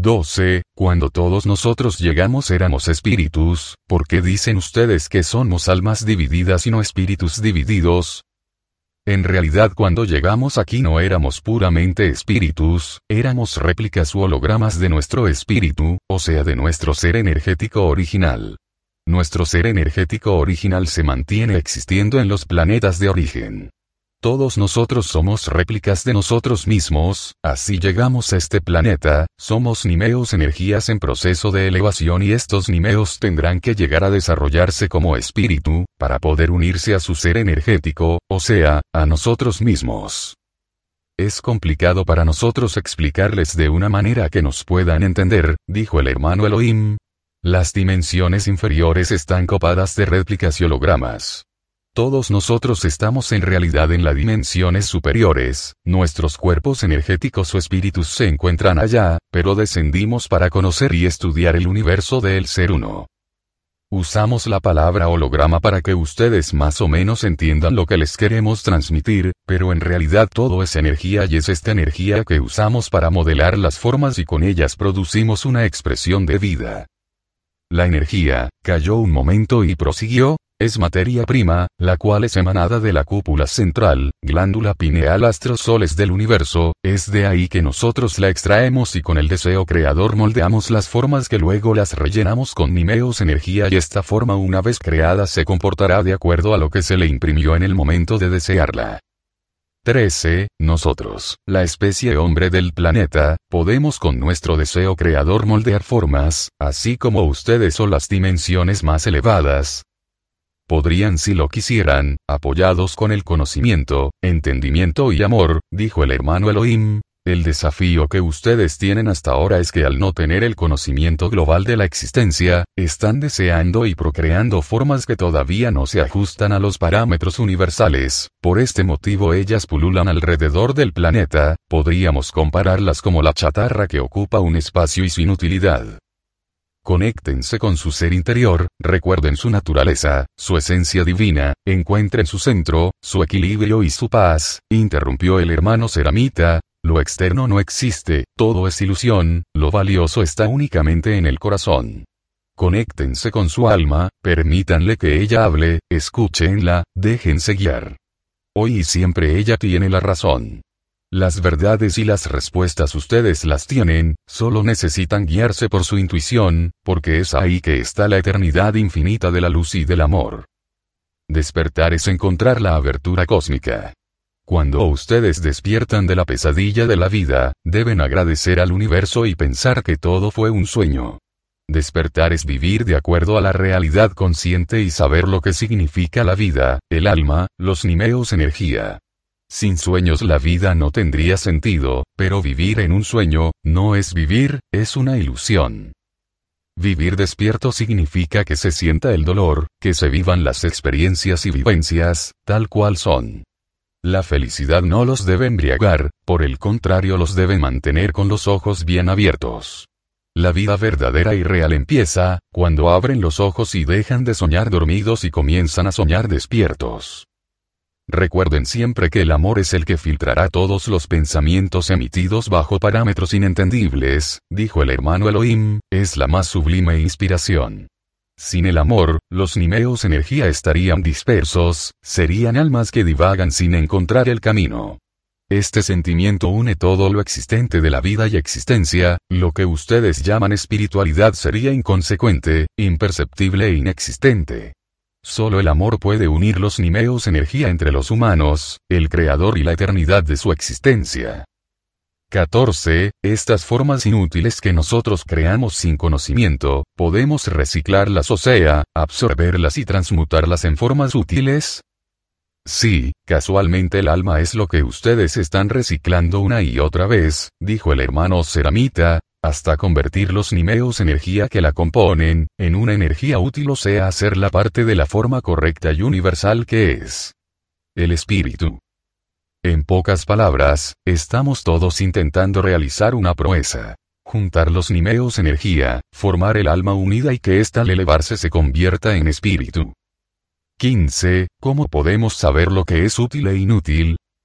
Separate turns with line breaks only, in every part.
12. Cuando todos nosotros llegamos éramos espíritus, ¿por qué dicen ustedes que somos almas divididas y no espíritus divididos? En realidad cuando llegamos aquí no éramos puramente espíritus, éramos réplicas u hologramas de nuestro espíritu, o sea de nuestro ser energético original. Nuestro ser energético original se mantiene existiendo en los planetas de origen. Todos nosotros somos réplicas de nosotros mismos, así llegamos a este planeta, somos nimeos energías en proceso de elevación y estos nimeos tendrán que llegar a desarrollarse como espíritu, para poder unirse a su ser energético, o sea, a nosotros mismos. Es complicado para nosotros explicarles de una manera que nos puedan entender, dijo el hermano Elohim. Las dimensiones inferiores están copadas de réplicas y hologramas. Todos nosotros estamos en realidad en las dimensiones superiores, nuestros cuerpos energéticos o espíritus se encuentran allá, pero descendimos para conocer y estudiar el universo del Ser Uno. Usamos la palabra holograma para que ustedes más o menos entiendan lo que les queremos transmitir, pero en realidad todo es energía y es esta energía que usamos para modelar las formas y con ellas producimos una expresión de vida. La energía, cayó un momento y prosiguió, es materia prima, la cual es emanada de la cúpula central, glándula pineal astrosoles del universo, es de ahí que nosotros la extraemos y con el deseo creador moldeamos las formas que luego las rellenamos con nimeos energía y esta forma una vez creada se comportará de acuerdo a lo que se le imprimió en el momento de desearla. 13. Nosotros, la especie hombre del planeta, podemos con nuestro deseo creador moldear formas, así como ustedes o las dimensiones más elevadas. Podrían si lo quisieran, apoyados con el conocimiento, entendimiento y amor, dijo el hermano Elohim. El desafío que ustedes tienen hasta ahora es que al no tener el conocimiento global de la existencia, están deseando y procreando formas que todavía no se ajustan a los parámetros universales, por este motivo ellas pululan alrededor del planeta, podríamos compararlas como la chatarra que ocupa un espacio y sin utilidad. Conéctense con su ser interior, recuerden su naturaleza, su esencia divina, encuentren su centro, su equilibrio y su paz, interrumpió el hermano Seramita. Lo externo no existe, todo es ilusión, lo valioso está únicamente en el corazón. Conéctense con su alma, permítanle que ella hable, escúchenla, déjense guiar. Hoy y siempre ella tiene la razón. Las verdades y las respuestas ustedes las tienen, solo necesitan guiarse por su intuición, porque es ahí que está la eternidad infinita de la luz y del amor. Despertar es encontrar la abertura cósmica. Cuando ustedes despiertan de la pesadilla de la vida, deben agradecer al universo y pensar que todo fue un sueño. Despertar es vivir de acuerdo a la realidad consciente y saber lo que significa la vida, el alma, los nimeos energía. Sin sueños la vida no tendría sentido, pero vivir en un sueño, no es vivir, es una ilusión. Vivir despierto significa que se sienta el dolor, que se vivan las experiencias y vivencias, tal cual son. La felicidad no los debe embriagar, por el contrario los debe mantener con los ojos bien abiertos. La vida verdadera y real empieza, cuando abren los ojos y dejan de soñar dormidos y comienzan a soñar despiertos. Recuerden siempre que el amor es el que filtrará todos los pensamientos emitidos bajo parámetros inentendibles, dijo el hermano Elohim, es la más sublime inspiración. Sin el amor, los nimeos energía estarían dispersos, serían almas que divagan sin encontrar el camino. Este sentimiento une todo lo existente de la vida y existencia, lo que ustedes llaman espiritualidad sería inconsecuente, imperceptible e inexistente. Solo el amor puede unir los nimeos energía entre los humanos, el creador y la eternidad de su existencia. 14. Estas formas inútiles que nosotros creamos sin conocimiento, ¿podemos reciclarlas o sea, absorberlas y transmutarlas en formas útiles? Sí, casualmente el alma es lo que ustedes están reciclando una y otra vez, dijo el hermano Seramita, hasta convertir los nimeos energía que la componen, en una energía útil o sea hacerla parte de la forma correcta y universal que es el espíritu. En pocas palabras, estamos todos intentando realizar una proeza. Juntar los nimeos energía, formar el alma unida y que ésta al elevarse se convierta en espíritu. 15. ¿Cómo podemos saber lo que es útil e inútil?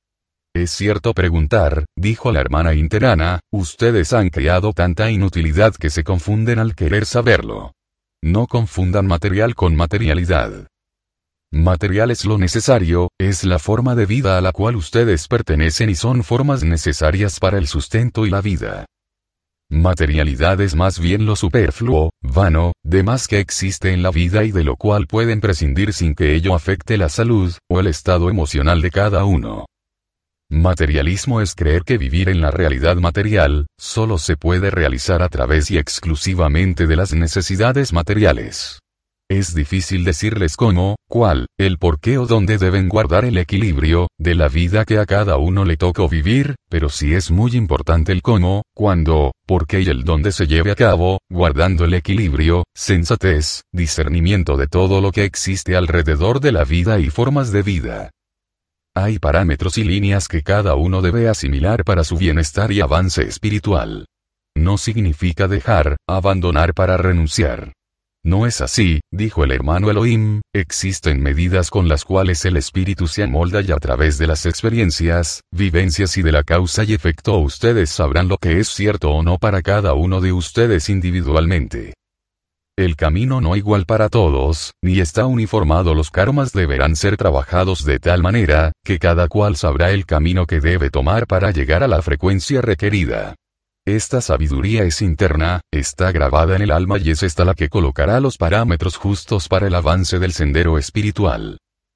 Es cierto preguntar, dijo la hermana interana, ustedes han creado tanta inutilidad que se confunden al querer saberlo. No confundan material con materialidad. Material es lo necesario, es la forma de vida a la cual ustedes pertenecen y son formas necesarias para el sustento y la vida. Materialidad es más bien lo superfluo, vano, demás que existe en la vida y de lo cual pueden prescindir sin que ello afecte la salud, o el estado emocional de cada uno. Materialismo es creer que vivir en la realidad material, solo se puede realizar a través y exclusivamente de las necesidades materiales. Es difícil decirles cómo, cuál, el por qué o dónde deben guardar el equilibrio, de la vida que a cada uno le tocó vivir, pero sí es muy importante el cómo, cuándo, por qué y el dónde se lleve a cabo, guardando el equilibrio, sensatez, discernimiento de todo lo que existe alrededor de la vida y formas de vida. Hay parámetros y líneas que cada uno debe asimilar para su bienestar y avance espiritual. No significa dejar, abandonar para renunciar. No es así, dijo el hermano Elohim, existen medidas con las cuales el espíritu se amolda y a través de las experiencias, vivencias y de la causa y efecto ustedes sabrán lo que es cierto o no para cada uno de ustedes individualmente. El camino no igual para todos, ni está uniformado. Los karmas deberán ser trabajados de tal manera, que cada cual sabrá el camino que debe tomar para llegar a la frecuencia requerida. Esta sabiduría es interna, está grabada en el alma y es esta la que colocará los parámetros justos para el avance del sendero espiritual.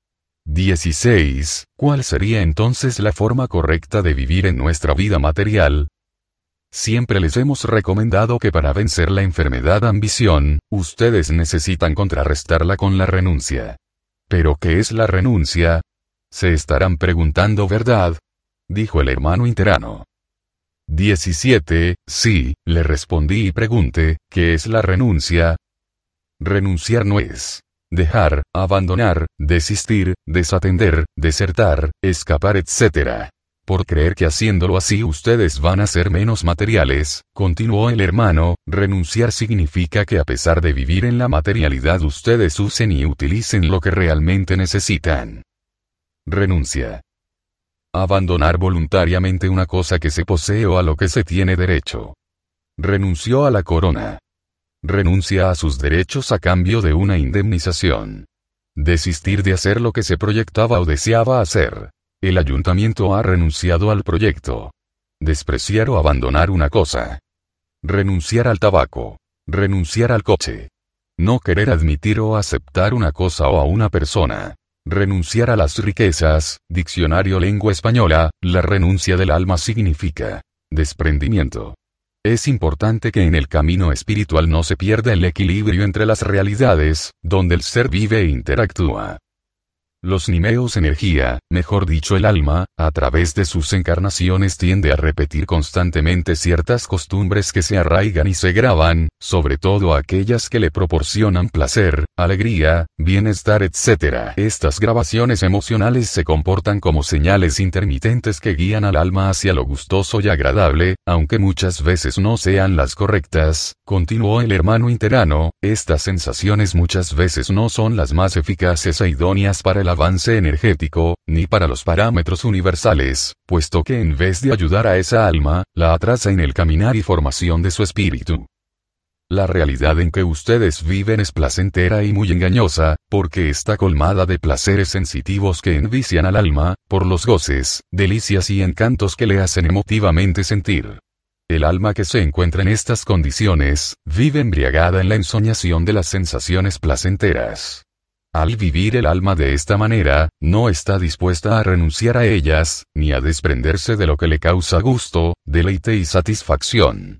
16. ¿Cuál sería entonces la forma correcta de vivir en nuestra vida material? Siempre les hemos recomendado que para vencer la enfermedad ambición, ustedes necesitan contrarrestarla con la renuncia. ¿Pero qué es la renuncia? Se estarán preguntando, ¿verdad? Dijo el hermano interano. 17. Sí, le respondí y pregunté, ¿qué es la renuncia? Renunciar no es dejar, abandonar, desistir, desatender, desertar, escapar, etc. Por creer que haciéndolo así ustedes van a ser menos materiales, continuó el hermano, renunciar significa que a pesar de vivir en la materialidad ustedes usen y utilicen lo que realmente necesitan. Renuncia. Abandonar voluntariamente una cosa que se posee o a lo que se tiene derecho. Renunció a la corona. Renuncia a sus derechos a cambio de una indemnización. Desistir de hacer lo que se proyectaba o deseaba hacer. El ayuntamiento ha renunciado al proyecto. Despreciar o abandonar una cosa. Renunciar al tabaco. Renunciar al coche. No querer admitir o aceptar una cosa o a una persona. Renunciar a las riquezas. Diccionario Lengua Española, la renuncia del alma significa desprendimiento. Es importante que en el camino espiritual no se pierda el equilibrio entre las realidades, donde el ser vive e interactúa. Los nimeos energía, mejor dicho el alma, a través de sus encarnaciones tiende a repetir constantemente ciertas costumbres que se arraigan y se graban, sobre todo aquellas que le proporcionan placer, alegría, bienestar, etc. Estas grabaciones emocionales se comportan como señales intermitentes que guían al alma hacia lo gustoso y agradable, aunque muchas veces no sean las correctas, continuó el hermano interano, estas sensaciones muchas veces no son las más eficaces e idóneas para el avance energético, ni para los parámetros universales, puesto que en vez de ayudar a esa alma, la atrasa en el caminar y formación de su espíritu. La realidad en que ustedes viven es placentera y muy engañosa, porque está colmada de placeres sensitivos que envician al alma, por los goces, delicias y encantos que le hacen emotivamente sentir. El alma que se encuentra en estas condiciones, vive embriagada en la ensoñación de las sensaciones placenteras. Al vivir el alma de esta manera, no está dispuesta a renunciar a ellas, ni a desprenderse de lo que le causa gusto, deleite y satisfacción.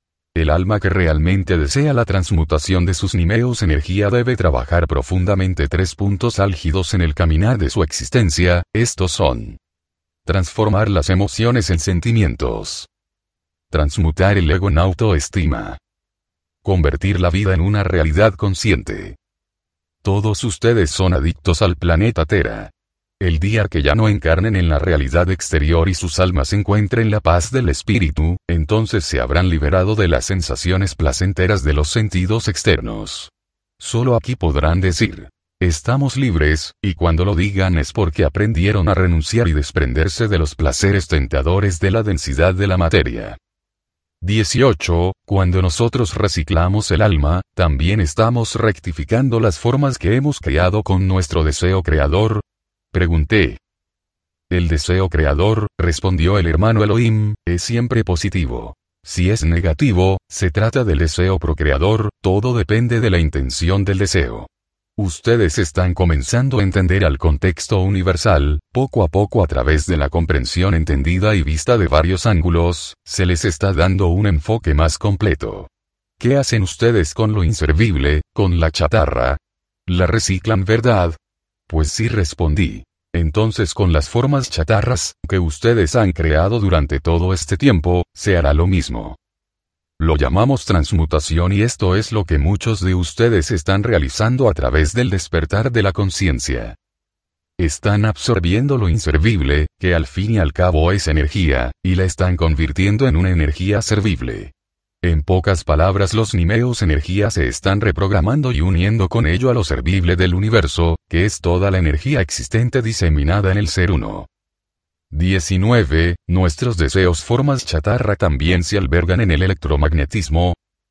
El alma que realmente desea la transmutación de sus nimeos energía debe trabajar profundamente 3 puntos álgidos en el caminar de su existencia, estos son: transformar las emociones en sentimientos, transmutar el ego en autoestima, convertir la vida en una realidad consciente. Todos ustedes son adictos al planeta Tera. El día que ya no encarnen en la realidad exterior y sus almas encuentren la paz del espíritu, entonces se habrán liberado de las sensaciones placenteras de los sentidos externos. Solo aquí podrán decir: Estamos libres, y cuando lo digan es porque aprendieron a renunciar y desprenderse de los placeres tentadores de la densidad de la materia. 18. Cuando nosotros reciclamos el alma, también estamos rectificando las formas que hemos creado con nuestro deseo creador. Pregunté. El deseo creador, respondió el hermano Elohim, es siempre positivo. Si es negativo, se trata del deseo procreador, todo depende de la intención del deseo. Ustedes están comenzando a entender al contexto universal, poco a poco a través de la comprensión entendida y vista de varios ángulos, se les está dando un enfoque más completo. ¿Qué hacen ustedes con lo inservible, con la chatarra? ¿La reciclan, verdad? Pues sí, respondí. Entonces con las formas chatarras, que ustedes han creado durante todo este tiempo, se hará lo mismo. Lo llamamos transmutación y esto es lo que muchos de ustedes están realizando a través del despertar de la conciencia. Están absorbiendo lo inservible, que al fin y al cabo es energía, y la están convirtiendo en una energía servible. En pocas palabras, los nimeos energía se están reprogramando y uniendo con ello a lo servible del universo, que es toda la energía existente diseminada en el ser uno. 19. Nuestros deseos formas chatarra también se albergan en el electromagnetismo.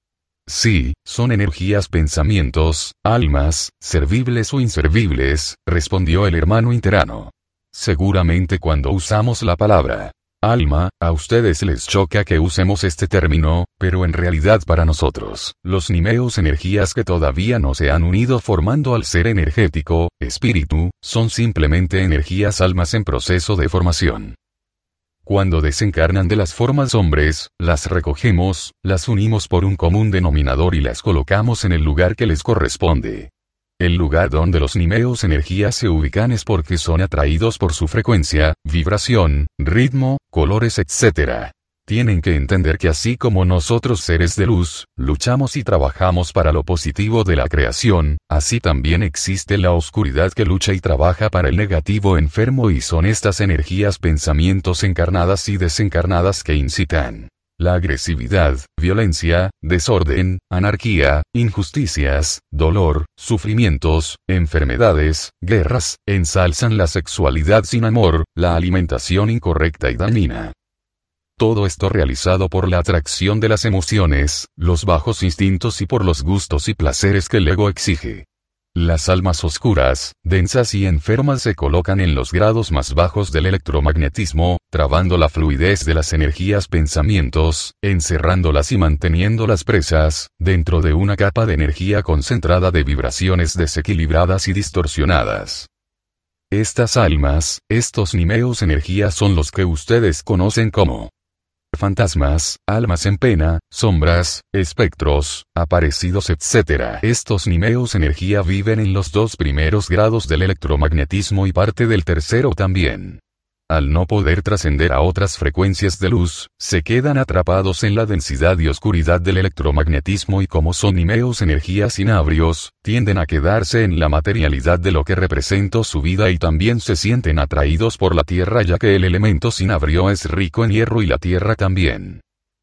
Sí, son energías, pensamientos, almas, servibles o inservibles, respondió el hermano interano. Seguramente cuando usamos la palabra alma, a ustedes les choca que usemos este término, pero en realidad para nosotros, los nimeos energías que todavía no se han unido formando al ser energético, espíritu, son simplemente energías almas en proceso de formación. Cuando desencarnan de las formas hombres, las recogemos, las unimos por un común denominador y las colocamos en el lugar que les corresponde. El lugar donde los nimeos energías se ubican es porque son atraídos por su frecuencia, vibración, ritmo, colores, etc. Tienen que entender que así como nosotros seres de luz, luchamos y trabajamos para lo positivo de la creación, así también existe la oscuridad que lucha y trabaja para el negativo enfermo y son estas energías pensamientos encarnadas y desencarnadas que incitan la agresividad, violencia, desorden, anarquía, injusticias, dolor, sufrimientos, enfermedades, guerras, ensalzan la sexualidad sin amor, la alimentación incorrecta y dañina. Todo esto realizado por la atracción de las emociones, los bajos instintos y por los gustos y placeres que el ego exige. Las almas oscuras, densas y enfermas se colocan en los grados más bajos del electromagnetismo, trabando la fluidez de las energías pensamientos, encerrándolas y manteniéndolas presas, dentro de una capa de energía concentrada de vibraciones desequilibradas y distorsionadas. Estas almas, estos nimeos energía son los que ustedes conocen como fantasmas, almas en pena, sombras, espectros, aparecidos, etc. Estos nimeos energía viven en los dos primeros grados del electromagnetismo y parte del tercero también. Al no poder trascender a otras frecuencias de luz, se quedan atrapados en la densidad y oscuridad del electromagnetismo y como son nimeos energías inabrios, tienden a quedarse en la materialidad de lo que representó su vida y también se sienten atraídos por la tierra ya que el elemento cinabrio es rico en hierro y la tierra también.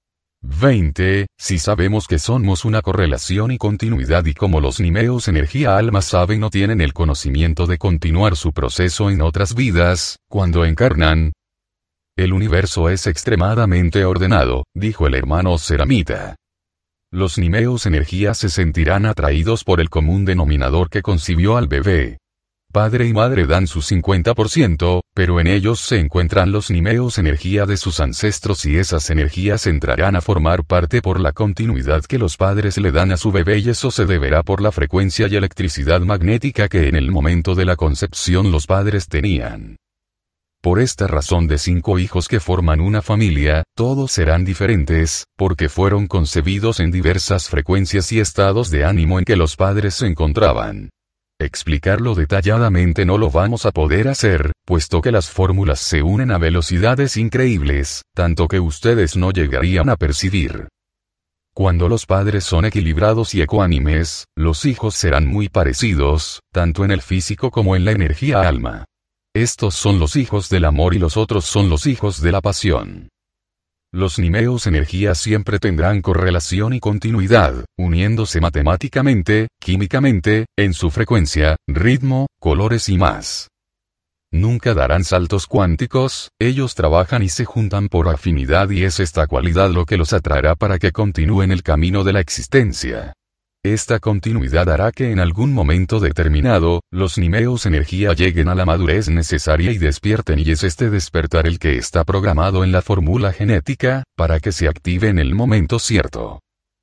20. Si sabemos que somos una correlación y continuidad y como los nimeos energía alma saben o tienen el conocimiento de continuar su proceso en otras vidas, cuando encarnan. El universo es extremadamente ordenado, dijo el hermano Ceramita. Los nimeos energía se sentirán atraídos por el común denominador que concibió al bebé. Padre y madre dan su 50%, pero en ellos se encuentran los nimeos energía de sus ancestros y esas energías entrarán a formar parte por la continuidad que los padres le dan a su bebé y eso se deberá por la frecuencia y electricidad magnética que en el momento de la concepción los padres tenían. Por esta razón de 5 hijos que forman una familia, todos serán diferentes, porque fueron concebidos en diversas frecuencias y estados de ánimo en que los padres se encontraban. Explicarlo detalladamente no lo vamos a poder hacer, puesto que las fórmulas se unen a velocidades increíbles, tanto que ustedes no llegarían a percibir. Cuando los padres son equilibrados y ecuánimes, los hijos serán muy parecidos, tanto en el físico como en la energía alma. Estos son los hijos del amor y los otros son los hijos de la pasión. Los nimeos energía siempre tendrán correlación y continuidad, uniéndose matemáticamente, químicamente, en su frecuencia, ritmo, colores y más. Nunca darán saltos cuánticos, ellos trabajan y se juntan por afinidad y es esta cualidad lo que los atraerá para que continúen el camino de la existencia. Esta continuidad hará que en algún momento determinado, los nimeos energía lleguen a la madurez necesaria y despierten y es este despertar el que está programado en la fórmula genética, para que se active en el momento cierto.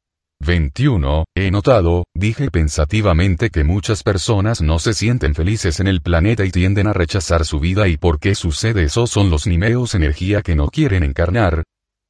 21. He notado, dije pensativamente que muchas personas no se sienten felices en el planeta y tienden a rechazar su vida y ¿por qué sucede eso? Son los nimeos energía que no quieren encarnar.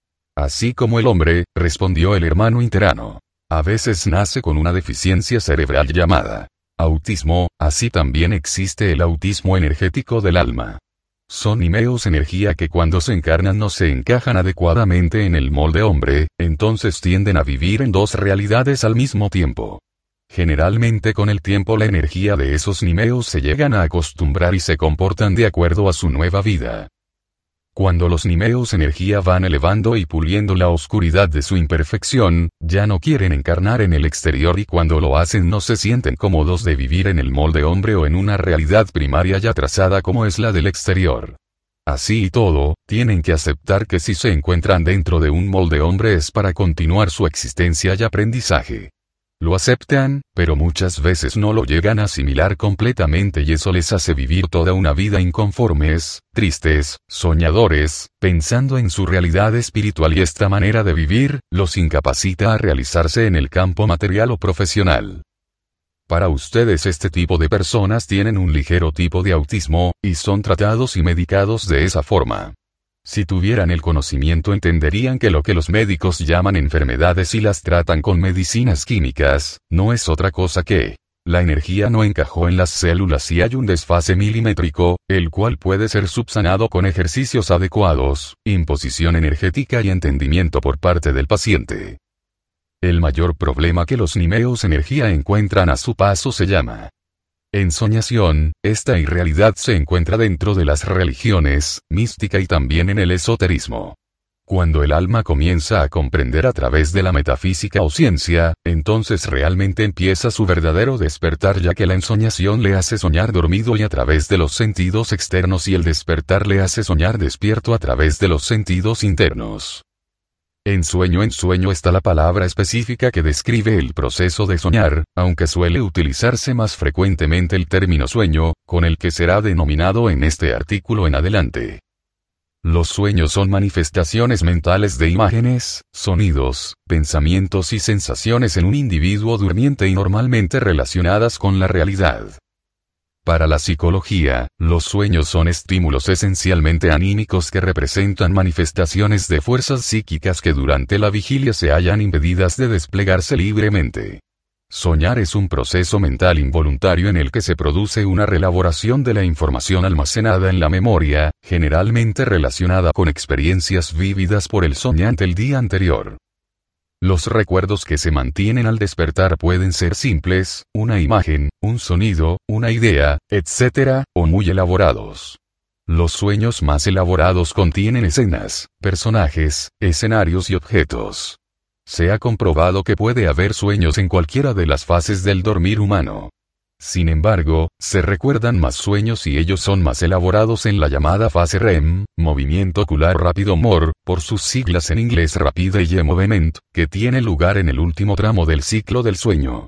Así como el hombre, respondió el hermano interano. A veces nace con una deficiencia cerebral llamada autismo, así también existe el autismo energético del alma. Son nimeos energía que cuando se encarnan no se encajan adecuadamente en el molde hombre, entonces tienden a vivir en dos realidades al mismo tiempo. Generalmente con el tiempo la energía de esos nimeos se llegan a acostumbrar y se comportan de acuerdo a su nueva vida. Cuando los nimeos energía van elevando y puliendo la oscuridad de su imperfección, ya no quieren encarnar en el exterior y cuando lo hacen no se sienten cómodos de vivir en el molde hombre o en una realidad primaria ya trazada como es la del exterior. Así y todo, tienen que aceptar que si se encuentran dentro de un molde hombre es para continuar su existencia y aprendizaje. Lo aceptan, pero muchas veces no lo llegan a asimilar completamente y eso les hace vivir toda una vida inconformes, tristes, soñadores, pensando en su realidad espiritual y esta manera de vivir, los incapacita a realizarse en el campo material o profesional. Para ustedes este tipo de personas tienen un ligero tipo de autismo, y son tratados y medicados de esa forma. Si tuvieran el conocimiento entenderían que lo que los médicos llaman enfermedades y las tratan con medicinas químicas, no es otra cosa que la energía no encajó en las células y hay un desfase milimétrico, el cual puede ser subsanado con ejercicios adecuados, imposición energética y entendimiento por parte del paciente. El mayor problema que los nimeos energía encuentran a su paso se llama ensoñación. Esta irrealidad se encuentra dentro de las religiones, mística y también en el esoterismo. Cuando el alma comienza a comprender a través de la metafísica o ciencia, entonces realmente empieza su verdadero despertar ya que la ensoñación le hace soñar dormido y a través de los sentidos externos y el despertar le hace soñar despierto a través de los sentidos internos. En sueño está la palabra específica que describe el proceso de soñar, aunque suele utilizarse más frecuentemente el término sueño, con el que será denominado en este artículo en adelante. Los sueños son manifestaciones mentales de imágenes, sonidos, pensamientos y sensaciones en un individuo durmiente y normalmente relacionadas con la realidad. Para la psicología, los sueños son estímulos esencialmente anímicos que representan manifestaciones de fuerzas psíquicas que durante la vigilia se hallan impedidas de desplegarse libremente. Soñar es un proceso mental involuntario en el que se produce una reelaboración de la información almacenada en la memoria, generalmente relacionada con experiencias vividas por el soñante el día anterior. Los recuerdos que se mantienen al despertar pueden ser simples, una imagen, un sonido, una idea, etc., o muy elaborados. Los sueños más elaborados contienen escenas, personajes, escenarios y objetos. Se ha comprobado que puede haber sueños en cualquiera de las fases del dormir humano. Sin embargo, se recuerdan más sueños y ellos son más elaborados en la llamada fase REM, movimiento ocular rápido MOR, por sus siglas en inglés Rapid Eye Movement, que tiene lugar en el último tramo del ciclo del sueño.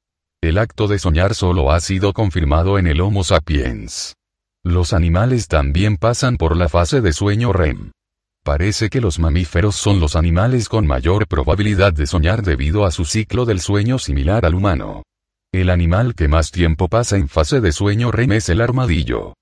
El acto de soñar solo ha sido confirmado en el Homo sapiens. Los animales también pasan por la fase de sueño REM. Parece que los mamíferos son los animales con mayor probabilidad de soñar debido a su ciclo del sueño similar al humano. El animal que más tiempo pasa en fase de sueño REM es el armadillo.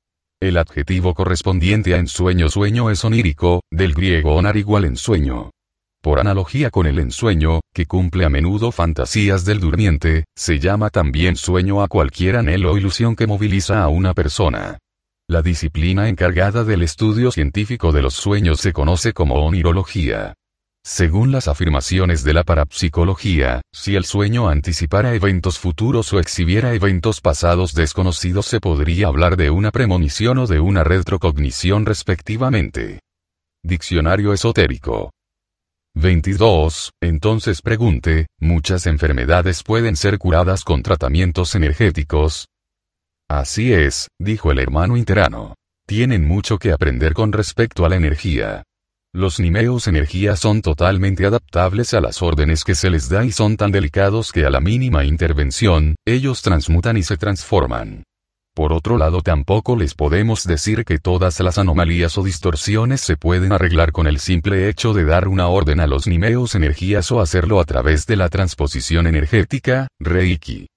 El adjetivo correspondiente a ensueño es onírico, del griego onar igual ensueño. Por analogía con el ensueño, que cumple a menudo fantasías del durmiente, se llama también sueño a cualquier anhelo o ilusión que moviliza a una persona. La disciplina encargada del estudio científico de los sueños se conoce como onirología. Según las afirmaciones de la parapsicología, si el sueño anticipara eventos futuros o exhibiera eventos pasados desconocidos se podría hablar de una premonición o de una retrocognición respectivamente. Diccionario esotérico. 22. Entonces pregunte, ¿muchas enfermedades pueden ser curadas con tratamientos energéticos? Así es, dijo el hermano interano. Tienen mucho que aprender con respecto a la energía. Los nimeos energía son totalmente adaptables a las órdenes que se les da y son tan delicados que a la mínima intervención, ellos transmutan y se transforman. Por otro lado, tampoco les podemos decir que todas las anomalías o distorsiones se pueden arreglar con el simple hecho de dar una orden a los nimeos energías o hacerlo a través de la transposición energética, Reiki.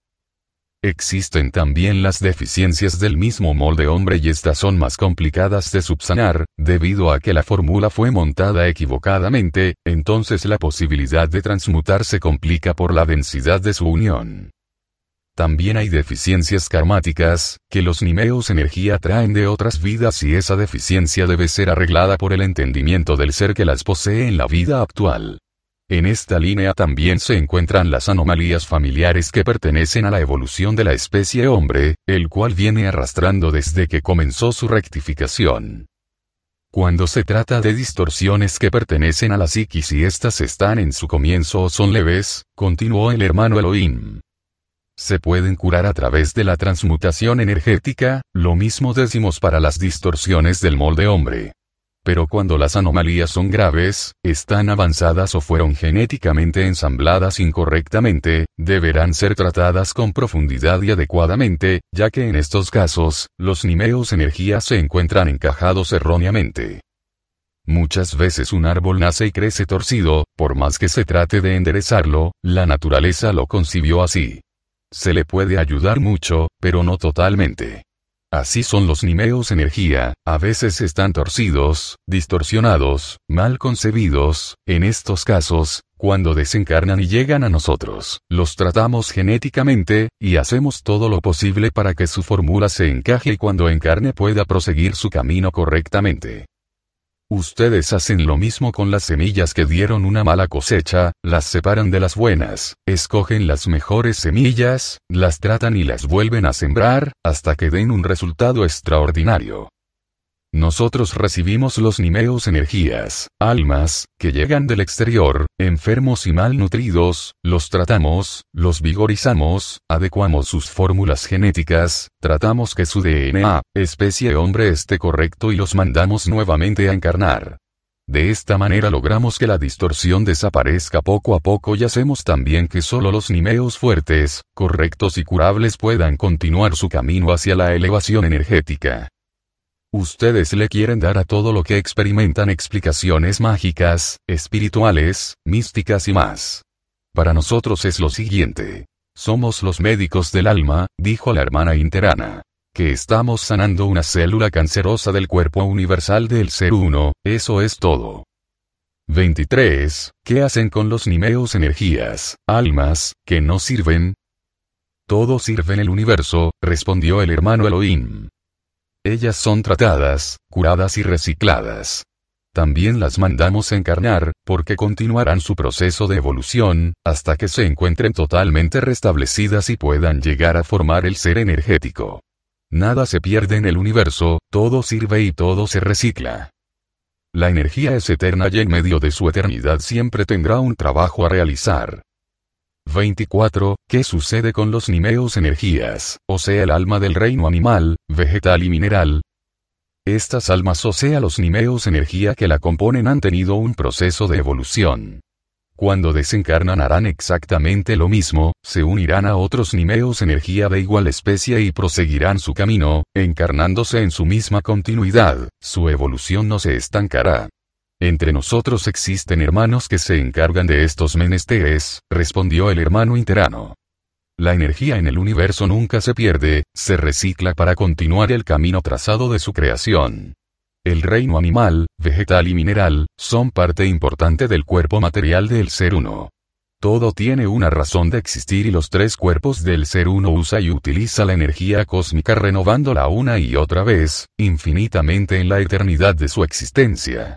Existen también las deficiencias del mismo molde hombre y estas son más complicadas de subsanar, debido a que la fórmula fue montada equivocadamente, entonces la posibilidad de transmutar se complica por la densidad de su unión. También hay deficiencias karmáticas, que los nimeos energía traen de otras vidas y esa deficiencia debe ser arreglada por el entendimiento del ser que las posee en la vida actual. En esta línea también se encuentran las anomalías familiares que pertenecen a la evolución de la especie hombre, el cual viene arrastrando desde que comenzó su rectificación. Cuando se trata de distorsiones que pertenecen a la psiquis y éstas están en su comienzo o son leves, continuó el hermano Elohim, se pueden curar a través de la transmutación energética, lo mismo decimos para las distorsiones del molde hombre. Pero cuando las anomalías son graves, están avanzadas o fueron genéticamente ensambladas incorrectamente, deberán ser tratadas con profundidad y adecuadamente, ya que en estos casos, los nimeos energía se encuentran encajados erróneamente. Muchas veces un árbol nace y crece torcido, por más que se trate de enderezarlo, la naturaleza lo concibió así. Se le puede ayudar mucho, pero no totalmente. Así son los nimeos energía, a veces están torcidos, distorsionados, mal concebidos. En estos casos, cuando desencarnan y llegan a nosotros, los tratamos genéticamente, y hacemos todo lo posible para que su fórmula se encaje y cuando encarne pueda proseguir su camino correctamente. Ustedes hacen lo mismo con las semillas que dieron una mala cosecha, las separan de las buenas, escogen las mejores semillas, las tratan y las vuelven a sembrar, hasta que den un resultado extraordinario. Nosotros recibimos los nimeos energías, almas, que llegan del exterior, enfermos y malnutridos, los tratamos, los vigorizamos, adecuamos sus fórmulas genéticas, tratamos que su DNA, especie hombre esté correcto y los mandamos nuevamente a encarnar. De esta manera logramos que la distorsión desaparezca poco a poco y hacemos también que solo los nimeos fuertes, correctos y curables puedan continuar su camino hacia la elevación energética. Ustedes le quieren dar a todo lo que experimentan explicaciones mágicas, espirituales, místicas y más. Para nosotros es lo siguiente. Somos los médicos del alma, dijo la hermana interana. Que estamos sanando una célula cancerosa del cuerpo universal del ser uno, eso es todo. 23. ¿Qué hacen con los nimeos energías, almas, que no sirven? Todo sirve en el universo, respondió el hermano Elohim. Ellas son tratadas, curadas y recicladas. También las mandamos encarnar, porque continuarán su proceso de evolución, hasta que se encuentren totalmente restablecidas y puedan llegar a formar el ser energético. Nada se pierde en el universo, todo sirve y todo se recicla. La energía es eterna y en medio de su eternidad siempre tendrá un trabajo a realizar. 24. ¿Qué sucede con los nimeos energías, o sea el alma del reino animal, vegetal y mineral? Estas almas o sea los nimeos energía que la componen han tenido un proceso de evolución. Cuando desencarnan harán exactamente lo mismo, se unirán a otros nimeos energía de igual especie y proseguirán su camino, encarnándose en su misma continuidad, su evolución no se estancará. Entre nosotros existen hermanos que se encargan de estos menesteres, respondió el hermano interano. La energía en el universo nunca se pierde, se recicla para continuar el camino trazado de su creación. El reino animal, vegetal y mineral, son parte importante del cuerpo material del ser uno. Todo tiene una razón de existir y los tres cuerpos del ser uno usa y utiliza la energía cósmica renovándola una y otra vez, infinitamente en la eternidad de su existencia.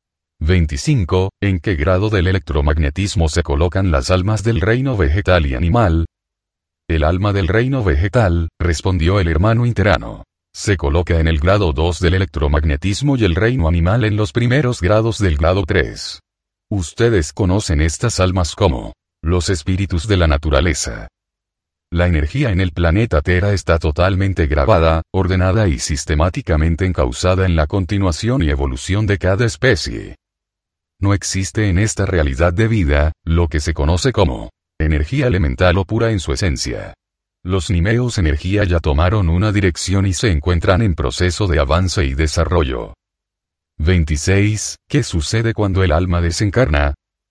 25. ¿En qué grado del electromagnetismo se colocan las almas del reino vegetal y animal? El alma del reino vegetal, respondió el hermano interano. se coloca en el grado 2 del electromagnetismo y el reino animal en los primeros grados del grado 3. Ustedes conocen estas almas como los espíritus de la naturaleza. La energía en el planeta Tierra está totalmente grabada, ordenada y sistemáticamente encauzada en la continuación y evolución de cada especie. No existe en esta realidad de vida, lo que se conoce como energía elemental o pura en su esencia. Los nimeos energía ya tomaron una dirección y se encuentran en proceso de avance y desarrollo. 26. ¿Qué sucede cuando el alma desencarna?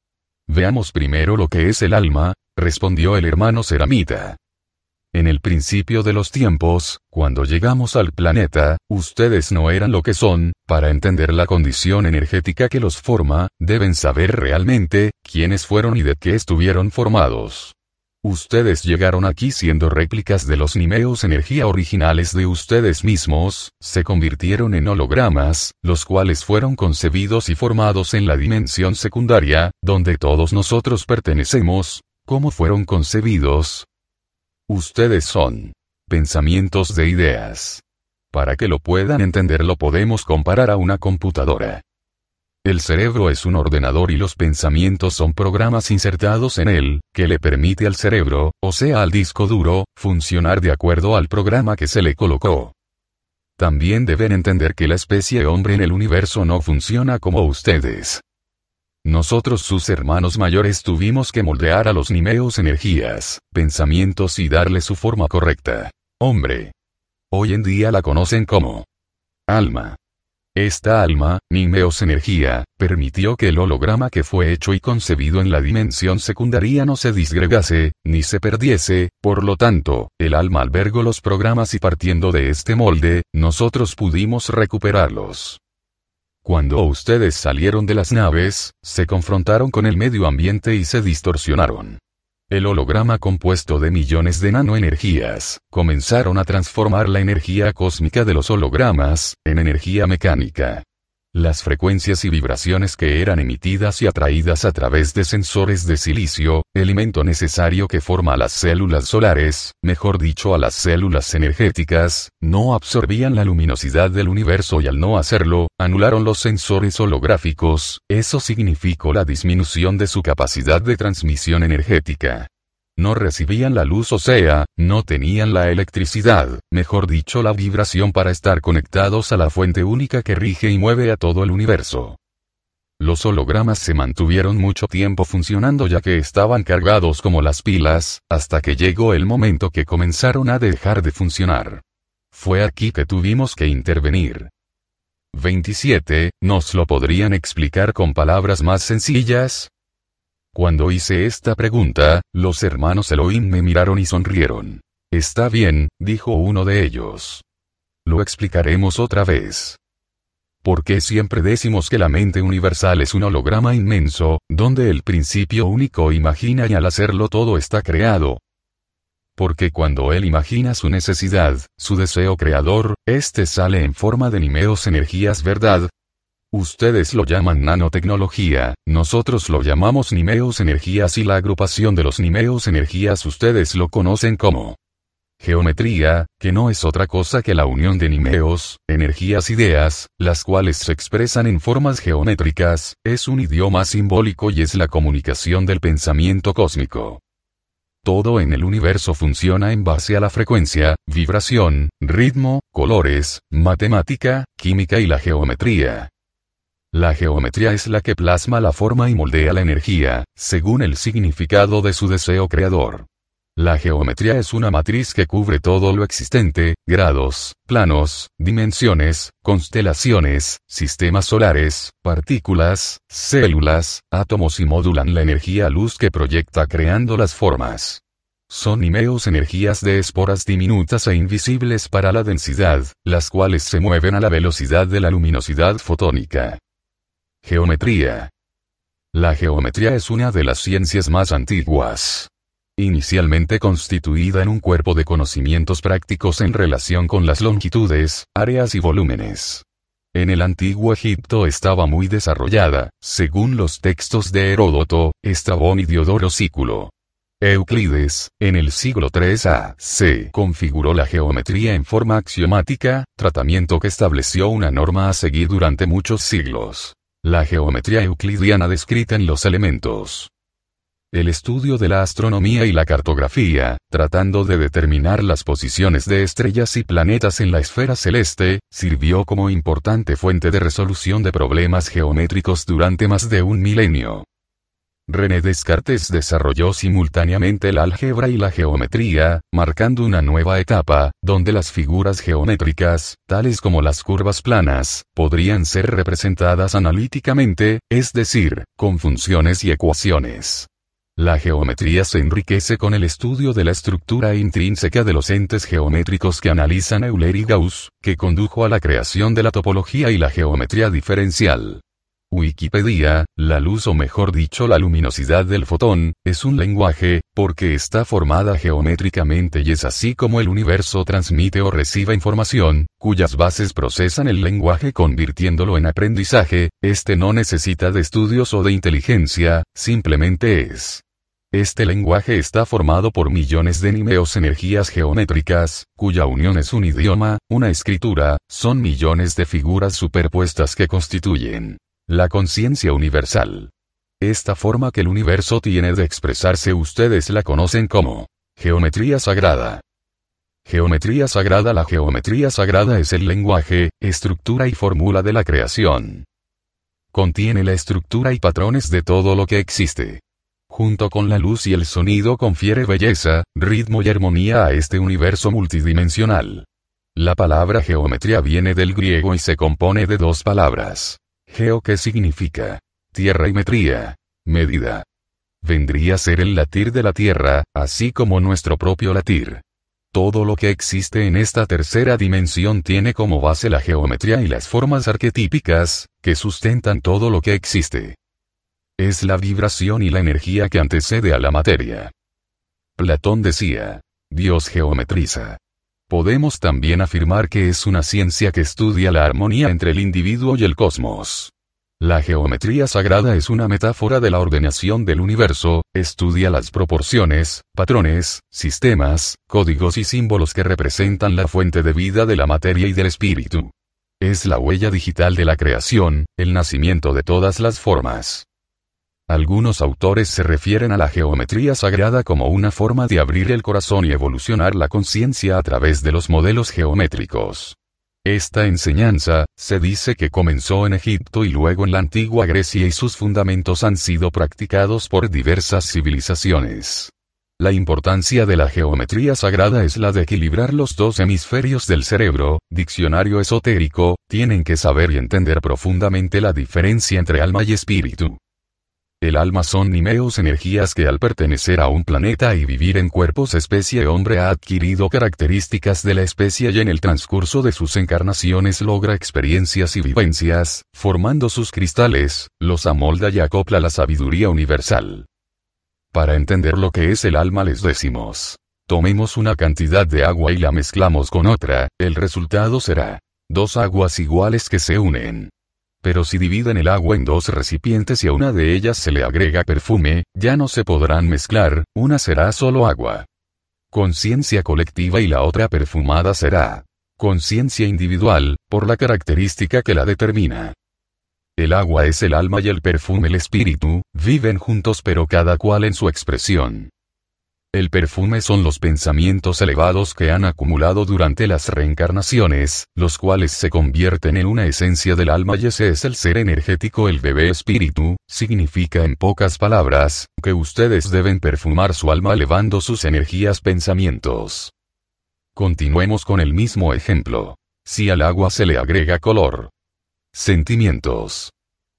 Veamos primero lo que es el alma, respondió el hermano Ceramita. En el principio de los tiempos, cuando llegamos al planeta, ustedes no eran lo que son. Para entender la condición energética que los forma, deben saber realmente quiénes fueron y de qué estuvieron formados. Ustedes llegaron aquí siendo réplicas de los nimeos energía originales de ustedes mismos, se convirtieron en hologramas, los cuales fueron concebidos y formados en la dimensión secundaria, donde todos nosotros pertenecemos. ¿Cómo fueron concebidos? Ustedes son pensamientos de ideas. Para que lo puedan entender lo podemos comparar a una computadora. El cerebro es un ordenador y los pensamientos son programas insertados en él, que le permite al cerebro, o sea al disco duro, funcionar de acuerdo al programa que se le colocó. También deben entender que la especie hombre en el universo no funciona como ustedes. Nosotros sus hermanos mayores tuvimos que moldear a los nimeos energías, pensamientos y darle su forma correcta. Hombre. Hoy en día la conocen como alma. Esta alma, nimeos energía, permitió que el holograma que fue hecho y concebido en la dimensión secundaria no se disgregase, ni se perdiese, por lo tanto, el alma albergó los programas y partiendo de este molde, nosotros pudimos recuperarlos. Cuando ustedes salieron de las naves, se confrontaron con el medio ambiente y se distorsionaron. El holograma compuesto de millones de nanoenergías, comenzaron a transformar la energía cósmica de los hologramas, en energía mecánica. Las frecuencias y vibraciones que eran emitidas y atraídas a través de sensores de silicio, elemento necesario que forma a las células solares, mejor dicho a las células energéticas, no absorbían la luminosidad del universo y al no hacerlo, anularon los sensores holográficos, eso significó la disminución de su capacidad de transmisión energética. No recibían la luz, o sea, no tenían la electricidad, mejor dicho la vibración para estar conectados a la fuente única que rige y mueve a todo el universo. Los hologramas se mantuvieron mucho tiempo funcionando ya que estaban cargados como las pilas, hasta que llegó el momento que comenzaron a dejar de funcionar. Fue aquí que tuvimos que intervenir. 27. ¿Nos lo podrían explicar con palabras más sencillas? Cuando hice esta pregunta, los hermanos Elohim me miraron y sonrieron. Está bien, dijo uno de ellos. Lo explicaremos otra vez. ¿Por qué siempre decimos que la mente universal es un holograma inmenso, donde el principio único imagina y al hacerlo todo está creado? Porque cuando él imagina su necesidad, su deseo creador, este sale en forma de nimeos energías, ¿verdad? Ustedes lo llaman nanotecnología, nosotros lo llamamos nimeos energías y la agrupación de los nimeos energías ustedes lo conocen como geometría, que no es otra cosa que la unión de nimeos, energías ideas, las cuales se expresan en formas geométricas, es un idioma simbólico y es la comunicación del pensamiento cósmico. Todo en el universo funciona en base a la frecuencia, vibración, ritmo, colores, matemática, química y la geometría. La geometría es la que plasma la forma y moldea la energía, según el significado de su deseo creador. La geometría es una matriz que cubre todo lo existente, grados, planos, dimensiones, constelaciones, sistemas solares, partículas, células, átomos y modulan la energía luz que proyecta creando las formas. Son nimeos energías de esporas diminutas e invisibles para la densidad, las cuales se mueven a la velocidad de la luminosidad fotónica. Geometría. La geometría es una de las ciencias más antiguas. Inicialmente constituida en un cuerpo de conocimientos prácticos en relación con las longitudes, áreas y volúmenes. En el antiguo Egipto estaba muy desarrollada, según los textos de Heródoto, Estrabón y Diodoro Sículo. Euclides, en el siglo III a.C., configuró la geometría en forma axiomática, tratamiento que estableció una norma a seguir durante muchos siglos. La geometría euclidiana descrita en los elementos. El estudio de la astronomía y la cartografía, tratando de determinar las posiciones de estrellas y planetas en la esfera celeste, sirvió como importante fuente de resolución de problemas geométricos durante más de un milenio. René Descartes desarrolló simultáneamente el álgebra y la geometría, marcando una nueva etapa, donde las figuras geométricas, tales como las curvas planas, podrían ser representadas analíticamente, es decir, con funciones y ecuaciones. La geometría se enriquece con el estudio de la estructura intrínseca de los entes geométricos que analizan Euler y Gauss, que condujo a la creación de la topología y la geometría diferencial. Wikipedia, la luz o mejor dicho la luminosidad del fotón, es un lenguaje, porque está formada geométricamente y es así como el universo transmite o recibe información, cuyas bases procesan el lenguaje convirtiéndolo en aprendizaje, este no necesita de estudios o de inteligencia, simplemente es. Este lenguaje está formado por millones de nímeos energías geométricas, cuya unión es un idioma, una escritura, son millones de figuras superpuestas que constituyen la conciencia universal. Esta forma que el universo tiene de expresarse ustedes la conocen como geometría sagrada. Geometría sagrada. La geometría sagrada es el lenguaje, estructura y fórmula de la creación. Contiene la estructura y patrones de todo lo que existe. Junto con la luz y el sonido confiere belleza, ritmo y armonía a este universo multidimensional. La palabra geometría viene del griego y se compone de dos palabras. Geo, que significa tierra, y metría, medida. Vendría a ser el latir de la tierra, así como nuestro propio latir. Todo lo que existe en esta tercera dimensión tiene como base la geometría y las formas arquetípicas, que sustentan todo lo que existe. Es la vibración y la energía que antecede a la materia. Platón decía, Dios geometriza. Podemos también afirmar que es una ciencia que estudia la armonía entre el individuo y el cosmos. La geometría sagrada es una metáfora de la ordenación del universo, estudia las proporciones, patrones, sistemas, códigos y símbolos que representan la fuente de vida de la materia y del espíritu. Es la huella digital de la creación, el nacimiento de todas las formas. Algunos autores se refieren a la geometría sagrada como una forma de abrir el corazón y evolucionar la conciencia a través de los modelos geométricos. Esta enseñanza, se dice que comenzó en Egipto y luego en la antigua Grecia y sus fundamentos han sido practicados por diversas civilizaciones. La importancia de la geometría sagrada es la de equilibrar los dos hemisferios del cerebro. Diccionario esotérico, tienen que saber y entender profundamente la diferencia entre alma y espíritu. El alma son nímeos energías que al pertenecer a un planeta y vivir en cuerpos especie hombre ha adquirido características de la especie y en el transcurso de sus encarnaciones logra experiencias y vivencias, formando sus cristales, los amolda y acopla a la sabiduría universal. Para entender lo que es el alma les decimos, tomemos una cantidad de agua y la mezclamos con otra, el resultado será dos aguas iguales que se unen. Pero si dividen el agua en dos recipientes y a una de ellas se le agrega perfume, ya no se podrán mezclar, una será solo agua. Conciencia colectiva y la otra perfumada será conciencia individual, por la característica que la determina. El agua es el alma y el perfume el espíritu, viven juntos pero cada cual en su expresión. El perfume son los pensamientos elevados que han acumulado durante las reencarnaciones, los cuales se convierten en una esencia del alma y ese es el ser energético. El bebé espíritu, significa en pocas palabras, que ustedes deben perfumar su alma elevando sus energías pensamientos. Continuemos con el mismo ejemplo. Si al agua se le agrega color, sentimientos,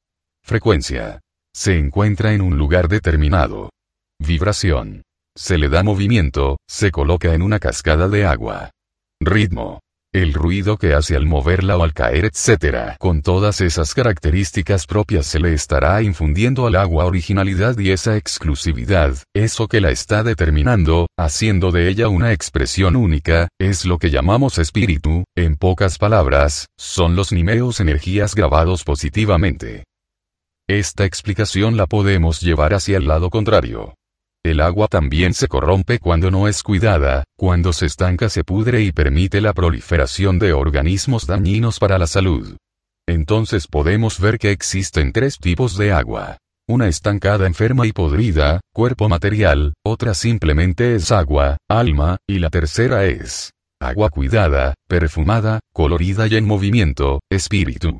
frecuencia, se encuentra en un lugar determinado. Vibración. Se le da movimiento, se coloca en una cascada de agua. Ritmo. El ruido que hace al moverla o al caer, etc. Con todas esas características propias se le estará infundiendo al agua originalidad y esa exclusividad, eso que la está determinando, haciendo de ella una expresión única, es lo que llamamos espíritu, en pocas palabras, son los nímeos energías grabados positivamente. Esta explicación la podemos llevar hacia el lado contrario. El agua también se corrompe cuando no es cuidada, cuando se estanca se pudre y permite la proliferación de organismos dañinos para la salud. Entonces podemos ver que existen tres tipos de agua. Una estancada, enferma y podrida, cuerpo material, otra simplemente es agua, alma, y la tercera es agua cuidada, perfumada, colorida y en movimiento, espíritu.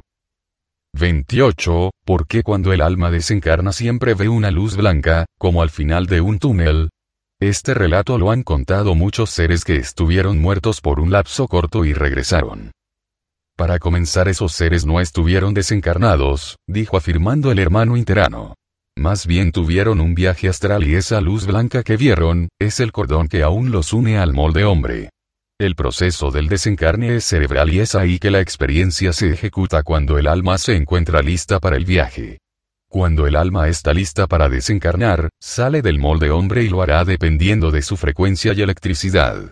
28. ¿Por qué cuando el alma desencarna siempre ve una luz blanca, como al final de un túnel? Este relato lo han contado muchos seres que estuvieron muertos por un lapso corto y regresaron. Para comenzar, esos seres no estuvieron desencarnados, dijo afirmando el hermano interano. Más bien tuvieron un viaje astral y esa luz blanca que vieron, es el cordón que aún los une al molde hombre. El proceso del desencarne es cerebral y es ahí que la experiencia se ejecuta cuando el alma se encuentra lista para el viaje. Cuando el alma está lista para desencarnar, sale del molde hombre y lo hará dependiendo de su frecuencia y electricidad.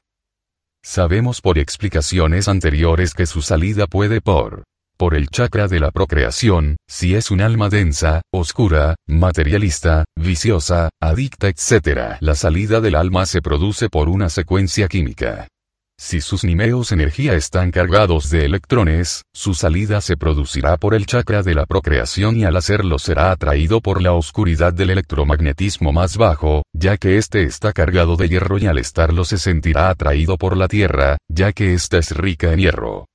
Sabemos por explicaciones anteriores que su salida puede por el chakra de la procreación, si es un alma densa, oscura, materialista, viciosa, adicta, etc. La salida del alma se produce por una secuencia química. Si sus nimeos energía están cargados de electrones, su salida se producirá por el chakra de la procreación y al hacerlo será atraído por la oscuridad del electromagnetismo más bajo, ya que éste está cargado de hierro y al estarlo se sentirá atraído por la tierra, ya que ésta es rica en hierro.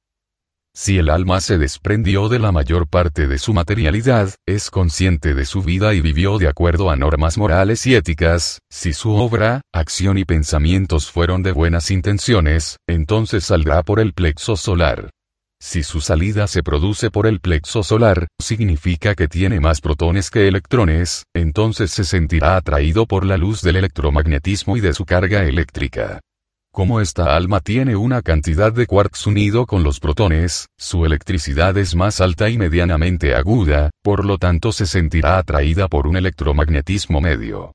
Si el alma se desprendió de la mayor parte de su materialidad, es consciente de su vida y vivió de acuerdo a normas morales y éticas, si su obra, acción y pensamientos fueron de buenas intenciones, entonces saldrá por el plexo solar. Si su salida se produce por el plexo solar, significa que tiene más protones que electrones, entonces se sentirá atraído por la luz del electromagnetismo y de su carga eléctrica. Como esta alma tiene una cantidad de quarks unido con los protones, su electricidad es más alta y medianamente aguda, por lo tanto se sentirá atraída por un electromagnetismo medio.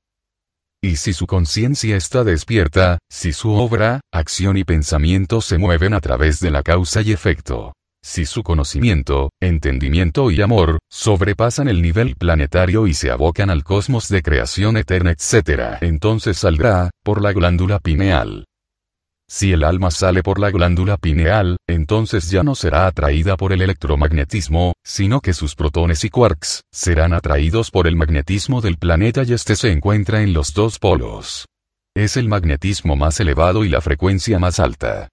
Y si su conciencia está despierta, si su obra, acción y pensamiento se mueven a través de la causa y efecto, si su conocimiento, entendimiento y amor, sobrepasan el nivel planetario y se abocan al cosmos de creación eterna, etc., entonces saldrá, por la glándula pineal. Si el alma sale por la glándula pineal, entonces ya no será atraída por el electromagnetismo, sino que sus protones y quarks serán atraídos por el magnetismo del planeta y este se encuentra en los dos polos. Es el magnetismo más elevado y la frecuencia más alta.